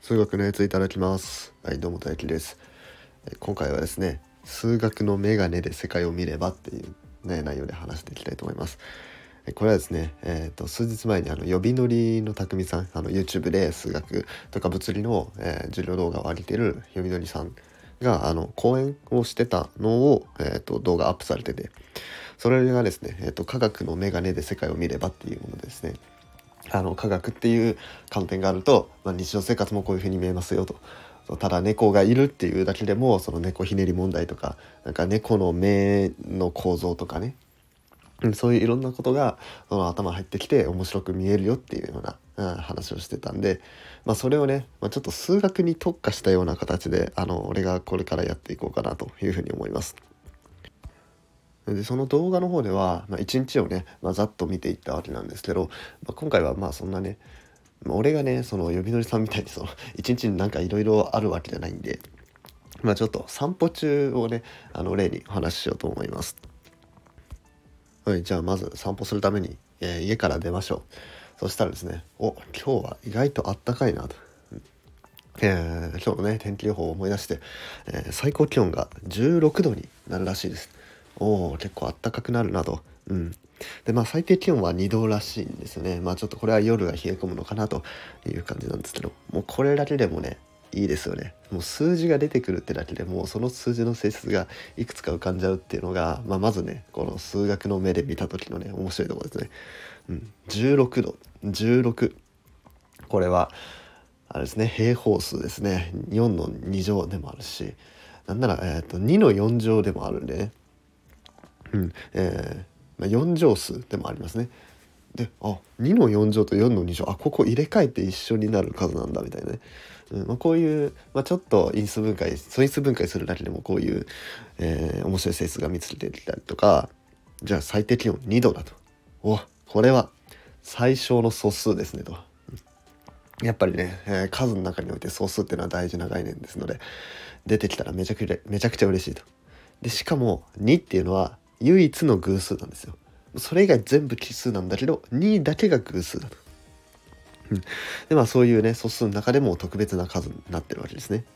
数学のやついただきます。はい、どうも大輝です。今回はですね、数学のメガネで世界を見ればっていう、ね、内容で話していきたいと思います。これはですね、数日前に呼び乗りの匠さん、YouTube で数学とか物理の、授業動画を上げてる呼び乗りさんが講演をしてたのを、動画アップされてて、それがですね、科学のメガネで世界を見ればっていうものですね。科学っていう観点があると、日常生活もこういう風に見えますよと。ただ猫がいるっていうだけでもその猫ひねり問題とか、なんか猫の目の構造とかね、そういういろんなことがその頭入ってきて面白く見えるよっていうような、話をしてたんで、それをね、ちょっと数学に特化したような形で俺がこれからやっていこうかなというふうに思います。でその動画の方では、一日をね、ざっと見ていったわけなんですけど、今回はそんなね、俺がねその呼び乗りさんみたいにその一日になんかいろいろあるわけじゃないんで、ちょっと散歩中をね例にお話ししようと思います。はい、じゃあまず散歩するために、家から出ましょう。そしたらですね、今日は意外とあったかいなと、今日のね天気予報を思い出して、最高気温が16度になるらしいです。結構あったかくなるなと。で最低気温は2度らしいんですよね。ちょっとこれは夜が冷え込むのかなという感じなんですけど、もうこれだけでもねいいですよね。もう数字が出てくるってだけでもうその数字の性質がいくつか浮かんじゃうっていうのが、まずねこの数学の目で見た時のね面白いところですね。16度16、これはあれですね、平方数ですね。4の2乗でもあるし、なんなら、2の4乗でもあるんでね、4乗数でもありますね。で2の4乗と4の2乗、ここ入れ替えて一緒になる数なんだみたいなね、こういう、ちょっと因数分解素因数分解するだけでもこういう、面白い性質が見つけてきたりとか、じゃあ最低気温2度だと、これは最小の素数ですねと。やっぱりね、数の中において素数っていうのは大事な概念ですので、出てきたらめちゃくちゃ嬉しいと。でしかも2っていうのは唯一の偶数なんですよ。それ以外全部奇数なんだけど2だけが偶数だと。でそういうね素数の中でも特別な数になってるわけですね。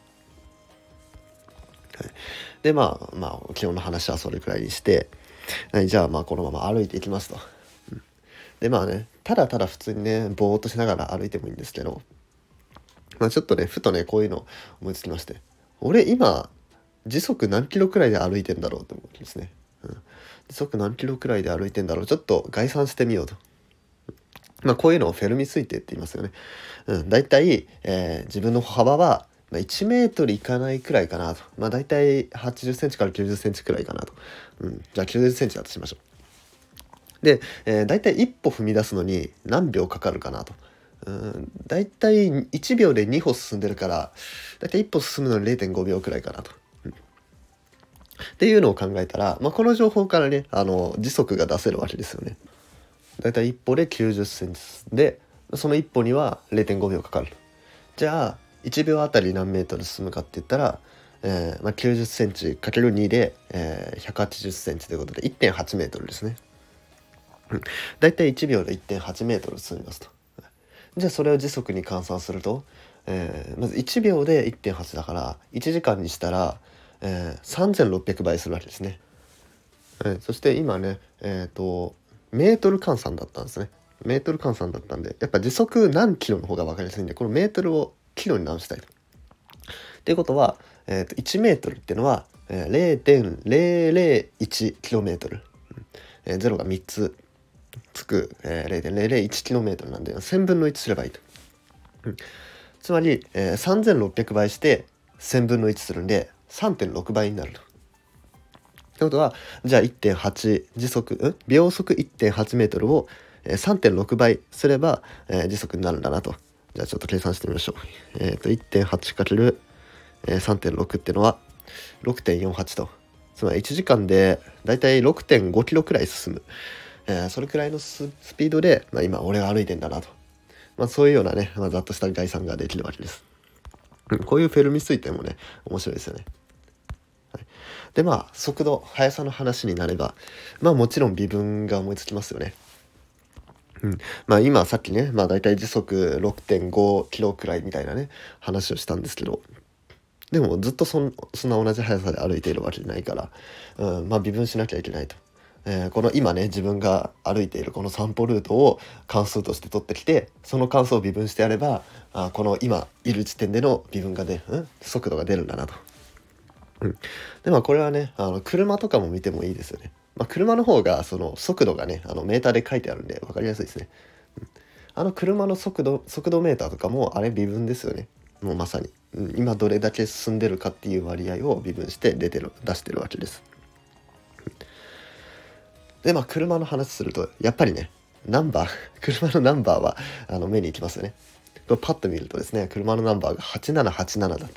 はい、で今日の話はそれくらいにして、じゃあこのまま歩いていきますと。でただただ普通にねぼーっとしながら歩いてもいいんですけど、ちょっとねふとねこういうの思いつきまして、俺今時速何キロくらいで歩いてんだろうと思うんですね。時速何キロくらいで歩いてんだろう、ちょっと概算してみようと。こういうのをフェルミ推定って言いますよね。だいたい自分の歩幅は1メートルいかないくらいかなと。だいたい80センチから90センチくらいかなと。じゃあ90センチだとしましょう。で、だいたい一歩踏み出すのに何秒かかるかなと。だいたい1秒で2歩進んでるから、だいたい1歩進むのに 0.5 秒くらいかなと。っていうのを考えたら、この情報からね時速が出せるわけですよね。だいたい一歩で90センチで、その一歩には 0.5 秒かかる。じゃあ1秒あたり何メートル進むかって言ったら、90センチ ×2 で、180センチということで 1.8 メートルですね。だいたい1秒で 1.8 メートル進みますと。じゃあそれを時速に換算すると、まず1秒で 1.8 だから1時間にしたら、3600倍するわけですね。そして今ねメートル換算だったんですね。メートル換算だったんで、やっぱ時速何キロの方が分かりやすいんで、このメートルをキロに直したいと。っていうことは、1メートルっていうのは、0.001キロメートル。0が3つつく、0.001キロメートルなんで1000分の1すればいいと。つまり、3600倍して1000分の1するんで 3.6 倍になると。ってことはじゃあ1.8秒速 1.8 メートルを 3.6 倍すれば、時速になるんだなと。じゃあちょっと計算してみましょう。1.8×3.6 っていうのは 6.48 と。つまり1時間でだいたい 6.5 キロくらい進む、それくらいのスピードで、今俺が歩いてんだなと。そういうようなね、ざっとした概算ができるわけです。こういうフェルミ推定もね面白いですよね。で速度速さの話になればもちろん微分が思いつきますよね。 今さっきね、だいたい時速6.5キロくらいみたいなね話をしたんですけど、でもずっとそんな同じ速さで歩いているわけじゃないから、微分しなきゃいけないと。この今ね自分が歩いているこの散歩ルートを関数として取ってきて、その関数を微分してやれば、この今いる地点での微分が速度が出るんだなと。でこれはね車とかも見てもいいですよね。車の方がその速度がねメーターで書いてあるんで分かりやすいですね。車の速度メーターとかもあれ微分ですよね。もうまさに、今どれだけ進んでるかっていう割合を微分して出してるわけです。で車の話するとやっぱりねナンバー車のナンバーは目に行きますよね。これパッと見るとですね、車のナンバーが8787だった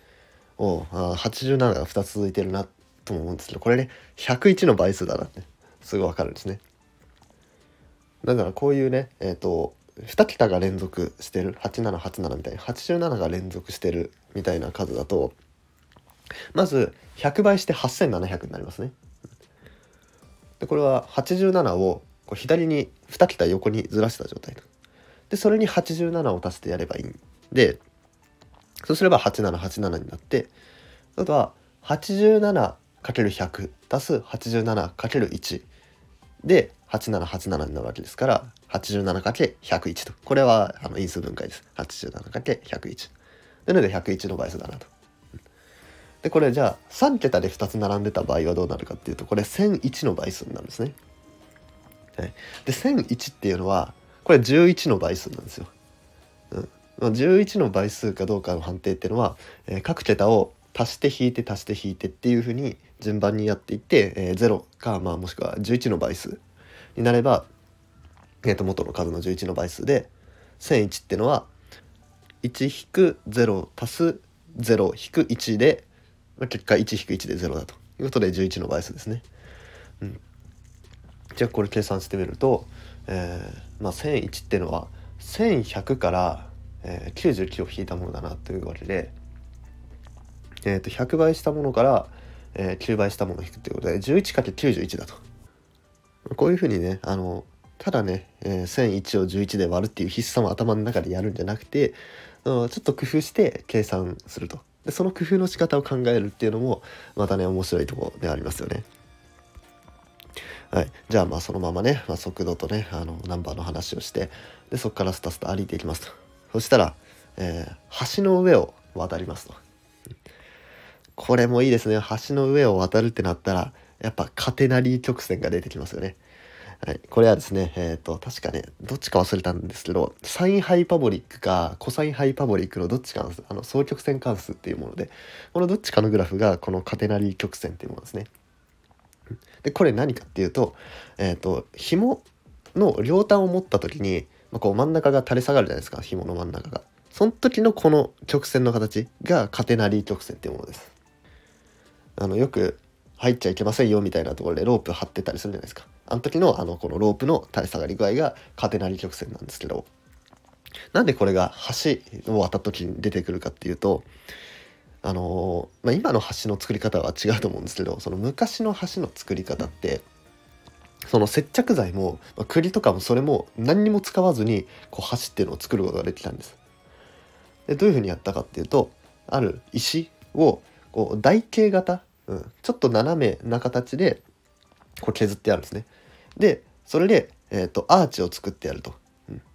。87が2つ続いてるなとも思うんですけど、これね101の倍数だなってすぐ分かるんですね。だからこういうね2桁が連続してる8787みたいに87が連続してるみたいな数だと、まず100倍して8700になりますね。でこれは87をこう左に2桁横にずらした状態で、それに87を足してやればいいんで、そうすれば8787になって、あとは 87×100 足す 87×1 で8787になるわけですから、 87×101 と、これは因数分解です。 87×101 なので101の倍数だなと。でこれじゃあ3桁で2つ並んでた場合はどうなるかっていうと、これ1001の倍数になるんですね。はい、で1001っていうのはこれ11の倍数なんですよ。11の倍数かどうかの判定っていうのは、各桁を足して引いて足して引いてっていう風に順番にやっていって、0かもしくは11の倍数になれば、元の数の11の倍数で、1001っていうのは 1-0 足す 0-1 で、結果 1-1 で0だということで11の倍数ですね。じゃあこれ計算してみると、1001っていうのは1100から、99を引いたものだなというわけで、100倍したものから、9倍したものを引くということで 11×91 だと。こういうふうにねただね、1001を11で割るっていう必殺も頭の中でやるんじゃなくて、ちょっと工夫して計算すると。でその工夫の仕方を考えるっていうのもまたね面白いところでありますよね。はい、じゃあそのままね、速度とねナンバーの話をして、でそこからスタスタ歩いていきますと。そしたら、橋の上を渡りますと。これもいいですね。橋の上を渡るってなったらやっぱカテナリー曲線が出てきますよね。はい、これはですね確かねどっちか忘れたんですけど、サインハイパボリックかコサインハイパボリックのどっちかなんです。双曲線関数っていうもので、このどっちかのグラフがこのカテナリー曲線っていうものですね。でこれ何かっていうと、紐の両端を持った時に、こう真ん中が垂れ下がるじゃないですか、紐の真ん中が。その時のこの曲線の形がカテナリー曲線っていうものです。よく入っちゃいけませんよみたいなところでロープ張ってたりするじゃないですか。あの時のこのロープの垂れ下がり具合がカテナリー曲線なんですけど、なんでこれが橋を渡った時に出てくるかっていうと、今の橋の作り方は違うと思うんですけど、その昔の橋の作り方ってその接着剤も、釘とかもそれも何にも使わずにこう橋っていうのを作ることができたんです。でどういうふうにやったかっていうと、ある石をこう台形型、ちょっと斜めな形でこう削ってあるんですね。でそれで、アーチを作ってやると。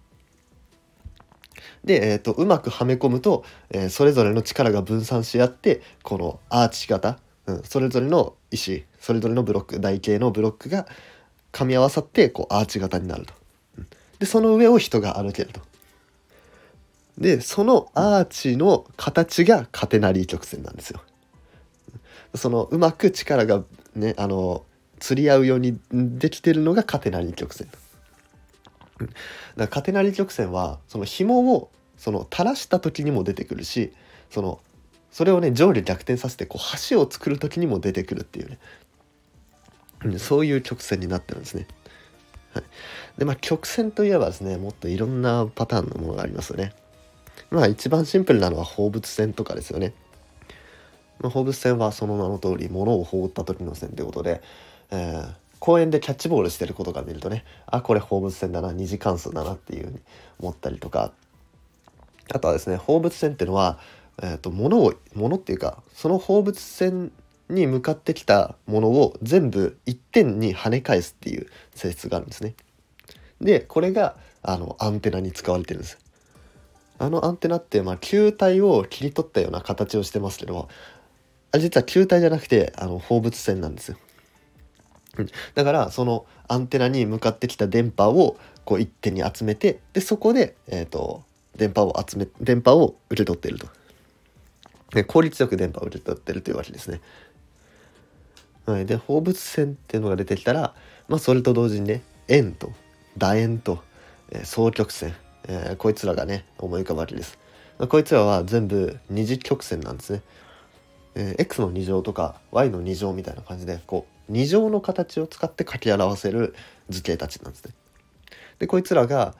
で、うまくはめ込むと、それぞれの力が分散し合ってこのアーチ型、それぞれの石、それぞれのブロック、台形のブロックが噛み合わさってこうアーチ型になると。でその上を人が歩けると。でそのアーチの形がカテナリー曲線なんですよ。そのうまく力がね釣り合うようにできてるのがカテナリー曲線。だからカテナリー曲線はその紐をその垂らした時にも出てくるし、それをね上下逆転させてこう橋を作る時にも出てくるっていうね、そういう曲線になってるんですね。はい、で曲線といえばですね、もっといろんなパターンのものがありますよね。一番シンプルなのは放物線とかですよね。放物線はその名の通り物を放った時の線ということで、 公園でキャッチボールしてる子とか見るとね、あ、これ放物線だな、二次関数だなっていう風に思ったりとか、あとはですね、放物線っていうのは、物っていうか、その放物線に向かってきたものを全部一点に跳ね返すっていう性質があるんですね。で、これがアンテナに使われてるんです。アンテナって、球体を切り取ったような形をしてますけど、実は球体じゃなくて放物線なんですよ。だからそのアンテナに向かってきた電波をこう一点に集めて、でそこで、電波を受け取っていると。で効率よく電波を受け取っているというわけですね。はい、で放物線っていうのが出てきたら、それと同時にね、円と楕円と、双曲線、こいつらがね思い浮かぶわけです。こいつらは全部二次曲線なんですね。x の2乗とか y の2乗みたいな感じでこう2乗の形を使って書き表せる図形たちなんですね。でこいつらが、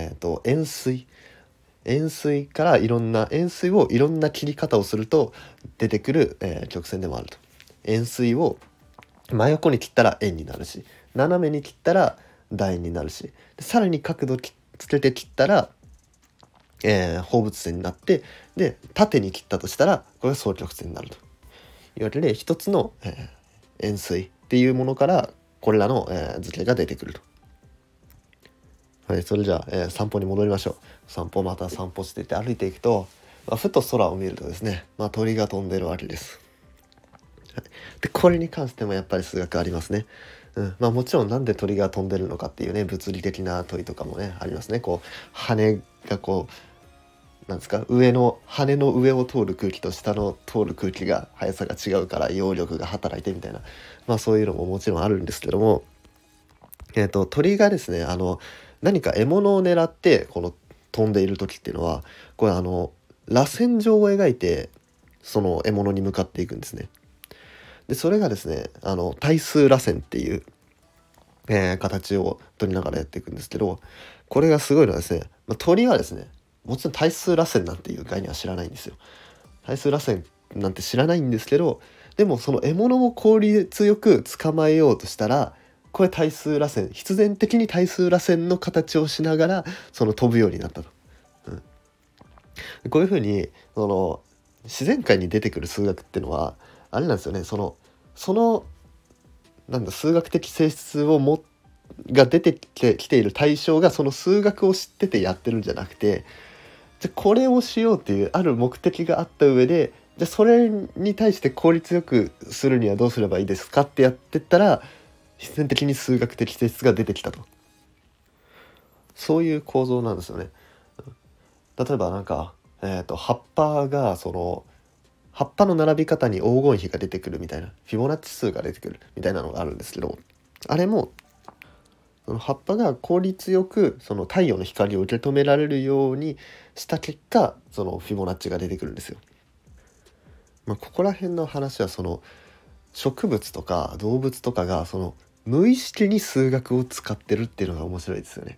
円錐から円錐をいろんな切り方をすると出てくる、曲線でもあると。円錐を真横に切ったら円になるし、斜めに切ったら楕円になるし、さらに角度つけて切ったら、放物線になって、で縦に切ったとしたらこれが双曲線になるというわけで、一つの、円錐っていうものからこれらの、図形が出てくると。はい、それじゃあ、散歩に戻りましょう。散歩していって歩いていくと、ふと空を見るとですね、鳥が飛んでるわけです。はい、でこれに関してもやっぱり数学ありますね。もちろんなんで鳥が飛んでるのかっていうね、物理的な問いとかもねありますね。こう羽がこうなんですか、羽の上を通る空気と下の通る空気が速さが違うから揚力が働いてみたいな、そういうのももちろんあるんですけども、鳥がですね何か獲物を狙ってこの飛んでいる時っていうのは、これ螺旋状を描いてその獲物に向かっていくんですね。でそれがですね対数螺旋っていう、形を取りながらやっていくんですけど、これがすごいのはですね、鳥はですねもちろん対数螺旋なんていう概念は知らないんですよ。対数螺旋なんて知らないんですけど、でもその獲物を効率よく捕まえようとしたら、これ対数螺旋、必然的に対数螺旋の形をしながらその飛ぶようになったと。こういうふうに自然界に出てくる数学っていうのはあれなんですよね。その数学的性質が出てきている対象がその数学を知っててやってるんじゃなくて、じゃこれをしようっていうある目的があった上で、じゃそれに対して効率よくするにはどうすればいいですかってやってったら、必然的に数学的性質が出てきたと。そういう構造なんですよね。例えば葉っぱが葉っぱの並び方に黄金比が出てくるみたいな、フィボナッチ数が出てくるみたいなのがあるんですけど、あれもその葉っぱが効率よくその太陽の光を受け止められるようにした結果、そのフィボナッチが出てくるんですよ。ここら辺の話は植物とか動物とかが無意識に数学を使ってるっていうのが面白いですよね。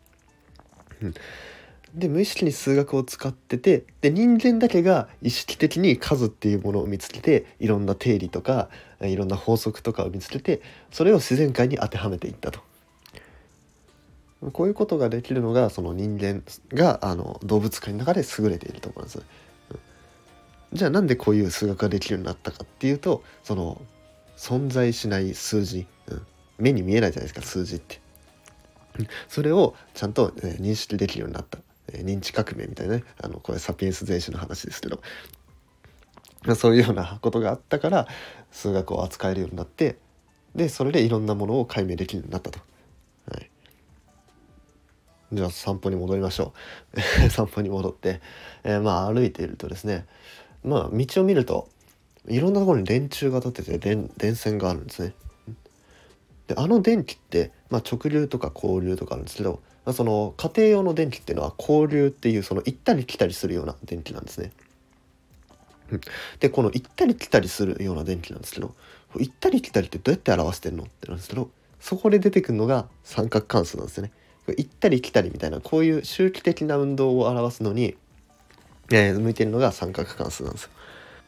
で無意識に数学を使ってて、で人間だけが意識的に数っていうものを見つけて、いろんな定理とかいろんな法則とかを見つけて、それを自然界に当てはめていったと。こういうことができるのがその人間が動物界の中で優れているところなんです。じゃあなんでこういう数学ができるようになったかっていうと、存在しない数字、目に見えないじゃないですか数字って。それをちゃんと、認識できるようになった、認知革命みたいなね、これサピエンス全史の話ですけど、そういうようなことがあったから数学を扱えるようになって、でそれでいろんなものを解明できるようになったと。はい、じゃあ散歩に戻りましょう。散歩に戻って、歩いているとですね、道を見るといろんなところに電柱が立ってて電線があるんですね。で電気って、直流とか交流とかあるんですけど、その家庭用の電気っていうのは交流っていう行ったり来たりするような電気なんですね。でこの行ったり来たりするような電気なんですけど、行ったり来たりってどうやって表してるのってなんですけど、そこで出てくるのが三角関数なんですよね。行ったり来たりみたいなこういう周期的な運動を表すのに、向いているのが三角関数なんですよ。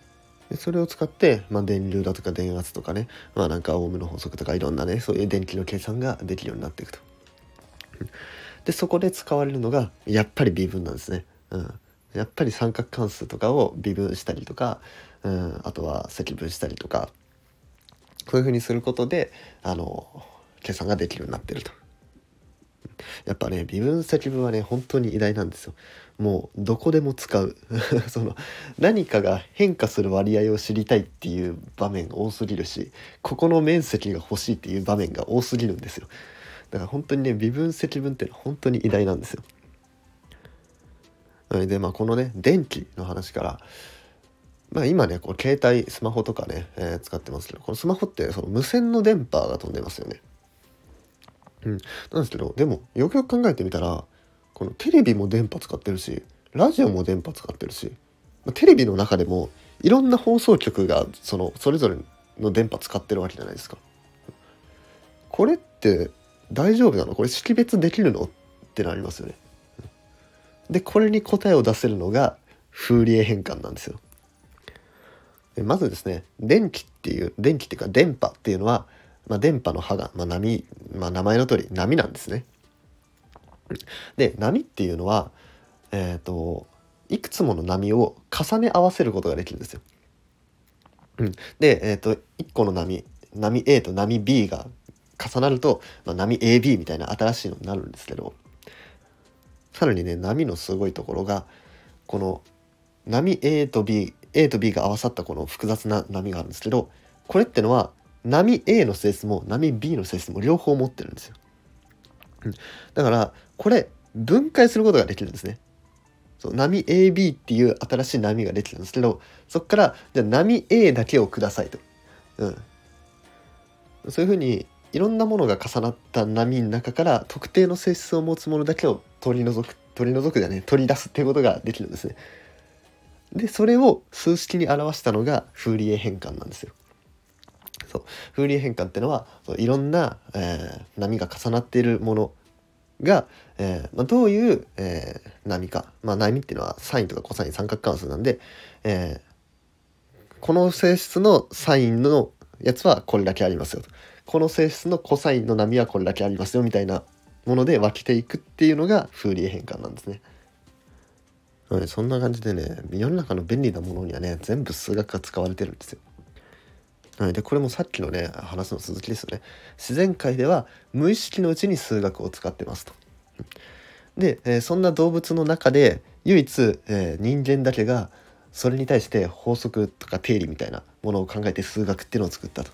でそれを使って、電流だとか電圧とかね、なんかオームの法則とかいろんなね、そういう電気の計算ができるようになっていくと。でそこで使われるのがやっぱり微分なんですね。やっぱり三角関数とかを微分したりとか、あとは積分したりとか、こういう風にすることで計算ができるようになってると。やっぱね、微分積分はね本当に偉大なんですよ。もうどこでも使うその何かが変化する割合を知りたいっていう場面が多すぎるし、ここの面積が欲しいっていう場面が多すぎるんですよ。だから本当にね、微分積分ってのは本当に偉大なんですよ。でこのね電気の話から、今ねこう携帯スマホとかね、使ってますけど、このスマホってその無線の電波が飛んでますよね。なんですけど、でもよくよく考えてみたら、このテレビも電波使ってるし、ラジオも電波使ってるし、テレビの中でもいろんな放送局がそれぞれの電波使ってるわけじゃないですか。これって大丈夫なの？これ識別できるのってなりますよね。でこれに答えを出せるのがフーリエ変換なんですよ。まずですね、電気っていうか電波っていうのは、電波の波が、波、名前の通り波なんですね。で波っていうのは、いくつもの波を重ね合わせることができるんですよ。で、1個の波 A と波 B が重なると、波 AB みたいな新しいのになるんですけど、さらにね波のすごいところが、この波 A と B が合わさったこの複雑な波があるんですけど、これってのは波 A の性質も波 B の性質も両方持ってるんですよ。だからこれ分解することができるんですね。そう波 AB っていう新しい波ができるんですけど、そこからじゃあ波 A だけをくださいと、そういうふうにいろんなものが重なった波の中から特定の性質を持つものだけを取り出すっていうことができるんですね。でそれを数式に表したのがフーリエ変換なんですよ。そうフーリエ変換ってのは、いろんな、波が重なっているものが、どういう、波か、波っていうのはサインとかコサイン三角関数なんで、この性質のサインのやつはこれだけありますよと、この性質のコサインの波はこれだけありますよみたいなもので分けていくっていうのがフーリエ変換なんですね。そんな感じでね、世の中の便利なものにはね全部数学が使われてるんですよ。でこれもさっきのね話の続きですよね。自然界では無意識のうちに数学を使ってますと。で、そんな動物の中で唯一、人間だけがそれに対して法則とか定理みたいなものを考えて数学っていうのを作ったと。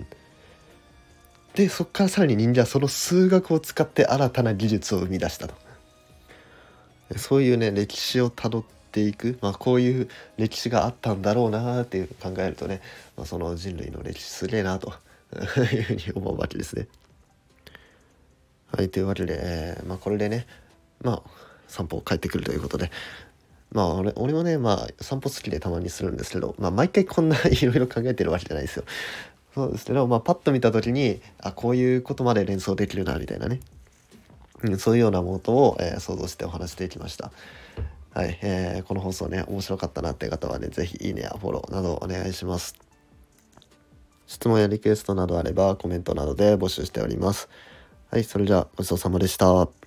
でそこからさらに人間はその数学を使って新たな技術を生み出したと。そういうね歴史をたどっていく、こういう歴史があったんだろうなっていう考えるとね、その人類の歴史すげえなというふうに思うわけですね。はい、というわけで、これでね散歩帰ってくるということで、俺もね散歩好きでたまにするんですけど、毎回こんないろいろ考えてるわけじゃないですよ。そうですけど、パッと見た時にこういうことまで連想できるなみたいなね、そういうようなものを、想像してお話していきました。はい、この放送ね面白かったなって方はねぜひいいねやフォローなどお願いします。質問やリクエストなどあればコメントなどで募集しております。はい、それじゃあごちそうさまでした。